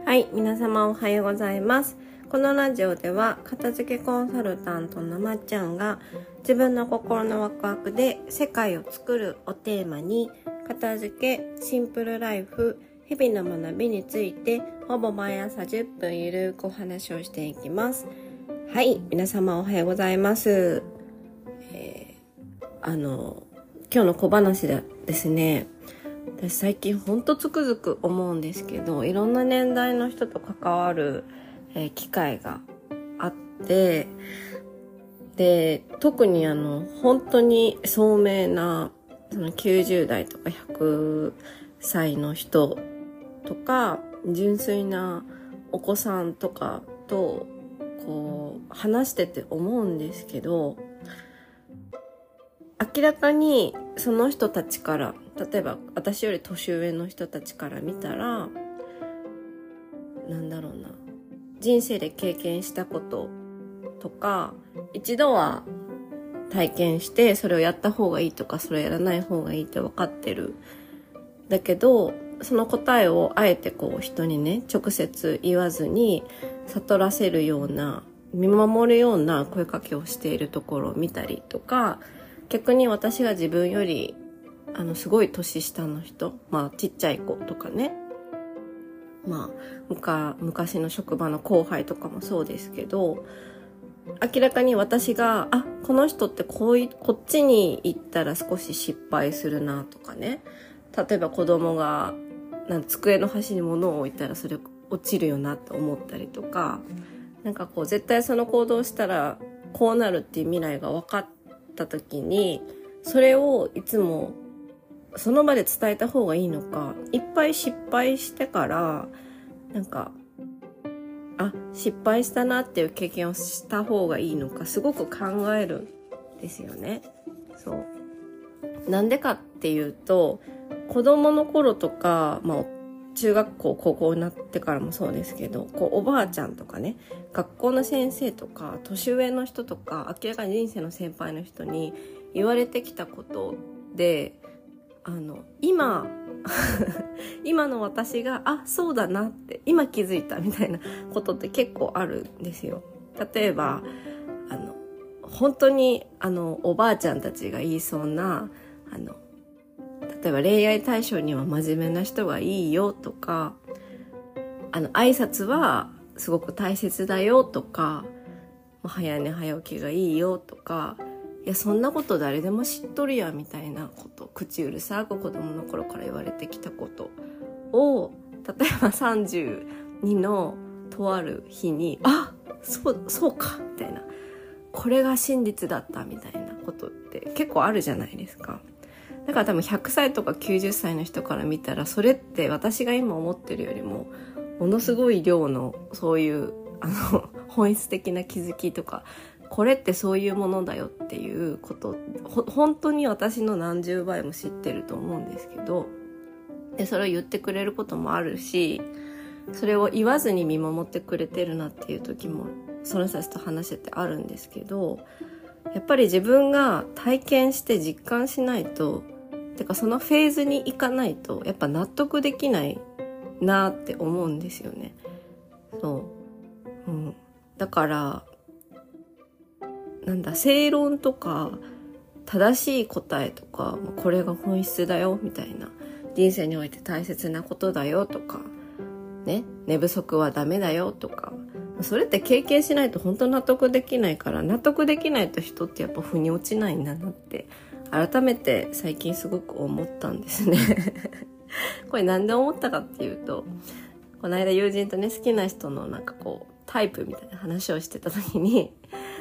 はい、皆様おはようございます。このラジオでは片付けコンサルタントのまっちゃんが自分の心のワクワクで世界を作るをテーマに片付け、シンプルライフ、日々の学びについてほぼ毎朝10分ゆるくお話をしていきます。はい、皆様おはようございます。今日の小話ですね。私最近ほんとつくづく思うんですけど、いろんな年代の人と関わる、機会があって、で特に本当に聡明なその90代とか100歳の人とか純粋なお子さんとかとこう話してて思うんですけど、明らかにその人たちから、例えば私より年上の人たちから見たら、人生で経験したこととか、一度は体験してそれをやった方がいいとか、それをやらない方がいいって分かってる。だけどその答えをあえてこう人にね直接言わずに悟らせるような、見守るような声かけをしているところを見たりとか、逆に私が自分よりすごい年下の人、ちっちゃい子とかね、昔の職場の後輩とかもそうですけど、明らかに私がこの人ってこっちに行ったら少し失敗するなとかね、例えば子供が机の端に物を置いたらそれ落ちるよなって思ったりとか、絶対その行動をしたらこうなるっていう未来が分かった時に、それをいつもその場で伝えた方がいいのか、いっぱい失敗してから失敗したなっていう経験をした方がいいのか、すごく考えるんですよね。なんでかっていうと、子供の頃とか、中学校高校になってからもそうですけど、おばあちゃんとかね、学校の先生とか年上の人とか、明らかに人生の先輩の人に言われてきたことで、今の私がそうだなって今気づいたみたいなことって結構あるんですよ。例えば本当におばあちゃんたちが言いそうな例えば恋愛対象には真面目な人がいいよとか、挨拶はすごく大切だよとか、早寝早起きがいいよとか、いやそんなこと誰でも知っとるやみたいなこと、口うるさく子供の頃から言われてきたことを、例えば32のとある日にそうかみたいな、これが真実だったみたいなことって結構あるじゃないですか。だから多分100歳とか90歳の人から見たら、それって私が今思ってるよりもものすごい量のそういう本質的な気づきとか、これってそういうものだよっていうこと、本当に私の何十倍も知ってると思うんですけど、でそれを言ってくれることもあるし、それを言わずに見守ってくれてるなっていう時もその人たちと話しててあるんですけど、やっぱり自分が体験して実感しないと、そのフェーズに行かないとやっぱ納得できないなって思うんですよね。だから正論とか正しい答えとか、これが本質だよみたいな、人生において大切なことだよとかね、寝不足はダメだよとか、それって経験しないと本当納得できないから、納得できないと人ってやっぱ腑に落ちないんだなって改めて最近すごく思ったんですねこれなんで思ったかっていうと、この間友人とね、好きな人のタイプみたいな話をしてた時に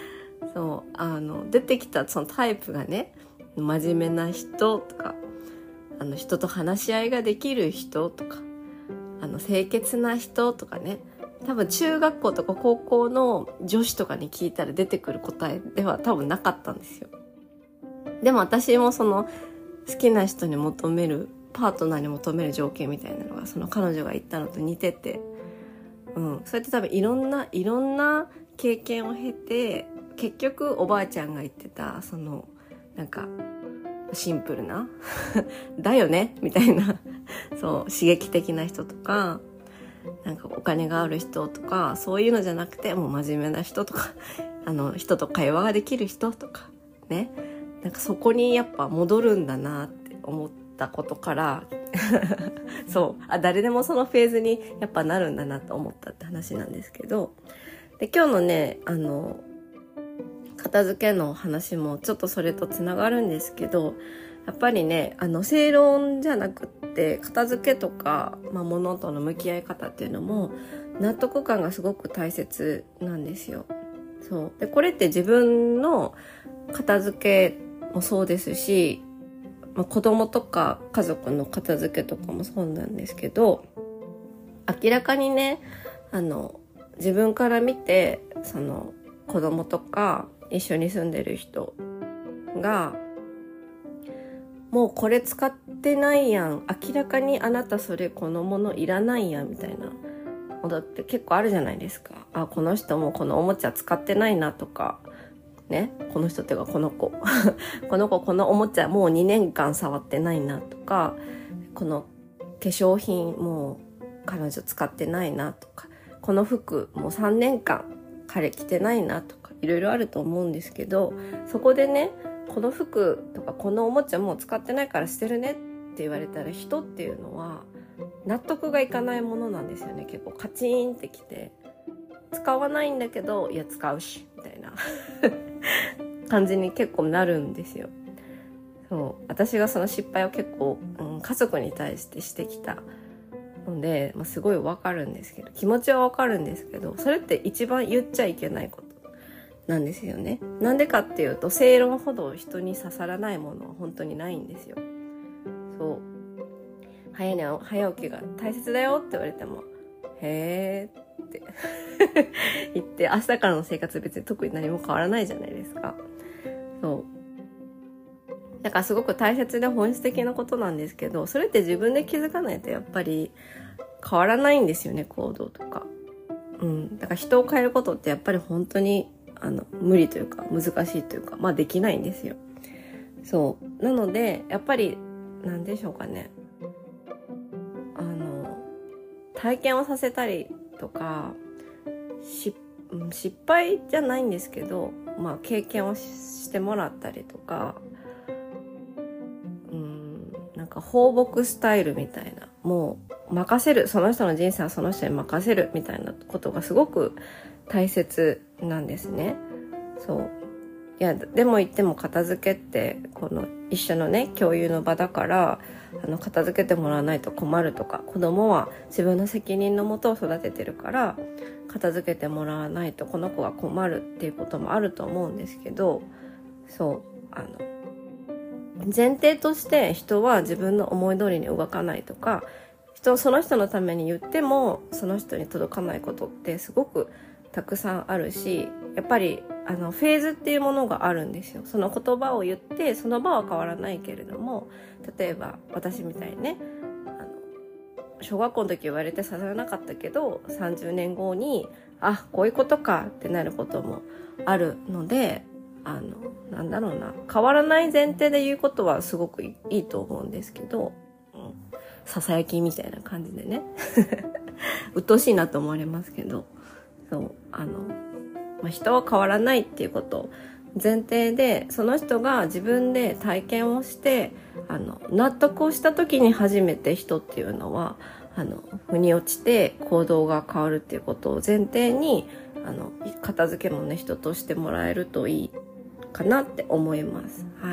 出てきたそのタイプがね、真面目な人とか、人と話し合いができる人とか、清潔な人とかね、多分中学校とか高校の女子とかに聞いたら出てくる答えでは多分なかったんですよ。でも私もその好きな人に求める、パートナーに求める条件みたいなのがその彼女が言ったのと似てて、それって多分いろんな経験を経て、結局おばあちゃんが言ってたそのシンプルなだよねみたいな刺激的な人とか、 なんかお金がある人とかそういうのじゃなくて、もう真面目な人とか人と会話ができる人とかね、なんかそこにやっぱ戻るんだなって思ったことからそう誰でもそのフェーズにやっぱなるんだなと思ったって話なんですけど、で今日のね片付けの話もちょっとそれとつながるんですけど、やっぱりね正論じゃなくって片付けとか、物との向き合い方っていうのも納得感がすごく大切なんですよ。そうでこれって自分の片付けもそうですし、子供とか家族の片付けとかもそうなんですけど、明らかにね自分から見てその子供とか一緒に住んでる人がもうこれ使ってないやん、明らかにあなたそれこのものいらないやんみたいなことって結構あるじゃないですか。この人もこのおもちゃ使ってないなとかね、この人っていうかこの子この子このおもちゃもう2年間触ってないなとか、この化粧品もう彼女使ってないなとか、この服もう3年間彼着てないなとか、いろいろあると思うんですけど、そこでねこの服とかこのおもちゃもう使ってないから捨てるねって言われたら、人っていうのは納得がいかないものなんですよね。結構カチーンってきて、使わないんだけどいや使うしみたいな感じに結構なるんですよ。そう私がその失敗を結構、家族に対してしてきたので、すごいわかるんですけど、気持ちはわかるんですけど、それって一番言っちゃいけないことなんですよね。なんでかっていうと、正論ほど人に刺さらないものは本当にないんですよ。そう早起きが大切だよって言われてもへーって言って明日からの生活別に特に何も変わらないじゃないですか。そうだからすごく大切で本質的なことなんですけど、それって自分で気づかないとやっぱり変わらないんですよね、行動とか。だから人を変えることってやっぱり本当に無理というか難しいというか、できないんですよ。そうなのでやっぱりなんでしょうかね、体験をさせたりとか失敗じゃないんですけど、経験をしてもらったりとか、なんか放牧スタイルみたいな、もう任せる、その人の人生はその人に任せるみたいなことがすごく大切なんですね。そういやでも言っても片付けってこの一緒のね共有の場だから、片付けてもらわないと困るとか、子供は自分の責任のもとを育ててるから片付けてもらわないとこの子が困るっていうこともあると思うんですけど、前提として人は自分の思い通りに動かないとか、その人のために言ってもその人に届かないことってすごくたくさんあるし、やっぱりフェーズっていうものがあるんですよ。その言葉を言ってその場は変わらないけれども、例えば私みたいにね小学校の時言われて刺さらなかったけど30年後にこういうことかってなることもあるので、なんだろうな、変わらない前提で言うことはすごくいいと思うんですけど、ささやきみたいな感じでね鬱陶しいなと思われますけど、人は変わらないっていうこと前提で、その人が自分で体験をして納得をした時に初めて人っていうのは腑に落ちて行動が変わるっていうことを前提に片付けもね人としてもらえるといいかなって思います。はい。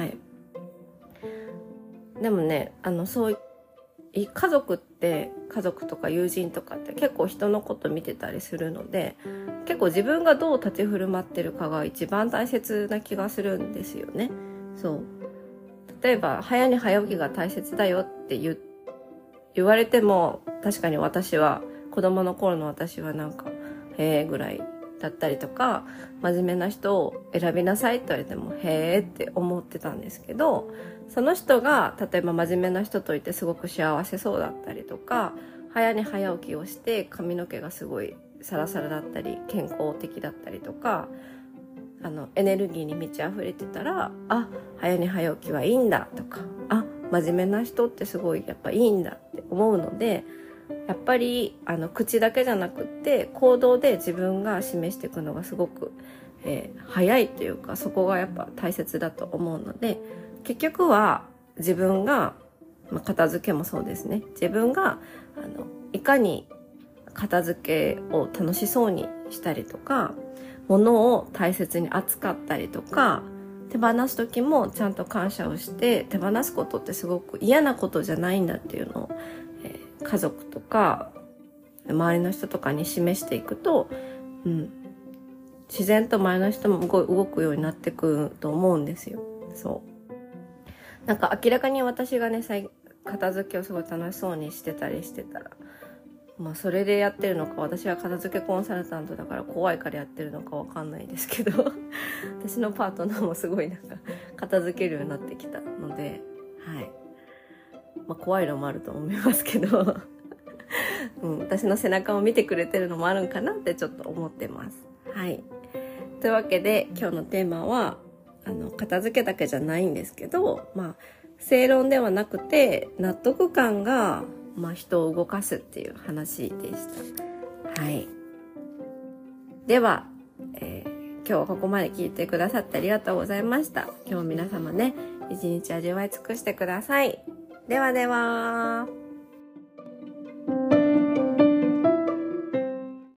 でもねそう家族とか友人とかって結構人のこと見てたりするので、結構自分がどう立ち振る舞ってるかが一番大切な気がするんですよね。そう例えば早寝早起きが大切だよって言われても、確かに私は子供の頃の私はなんかへーぐらいだったりとか、真面目な人を選びなさいって言われてもへーって思ってたんですけど、その人が例えば真面目な人といてすごく幸せそうだったりとか、早寝早起きをして髪の毛がすごいサラサラだったり健康的だったりとか、エネルギーに満ち溢れてたら、早寝早起きはいいんだとか、真面目な人ってすごいやっぱいいんだって思うので、 やっぱり口だけじゃなくって行動で自分が示していくのがすごく、早いというか、そこがやっぱ大切だと思うので、結局は自分が、片付けもそうですね、自分がいかに片付けを楽しそうにしたりとか、物を大切に扱ったりとか、手放す時もちゃんと感謝をして、手放すことってすごく嫌なことじゃないんだっていうのを、家族とか周りの人とかに示していくと、自然と周りの人も動くようになってくると思うんですよ。そうなんか明らかに私がね、片付けをすごい楽しそうにしてたりしてたら、それでやってるのか、私は片付けコンサルタントだから怖いからやってるのかわかんないですけど私のパートナーもすごいなんか片付けるようになってきたので、はい、怖いのもあると思いますけど私の背中を見てくれてるのもあるんかなってちょっと思ってます。はい。というわけで今日のテーマは片付けだけじゃないんですけど、正論ではなくて納得感が人を動かすっていう話でした。はい。では、今日はここまで聞いてくださってありがとうございました。今日皆様ね、一日味わい尽くしてください。ではでは。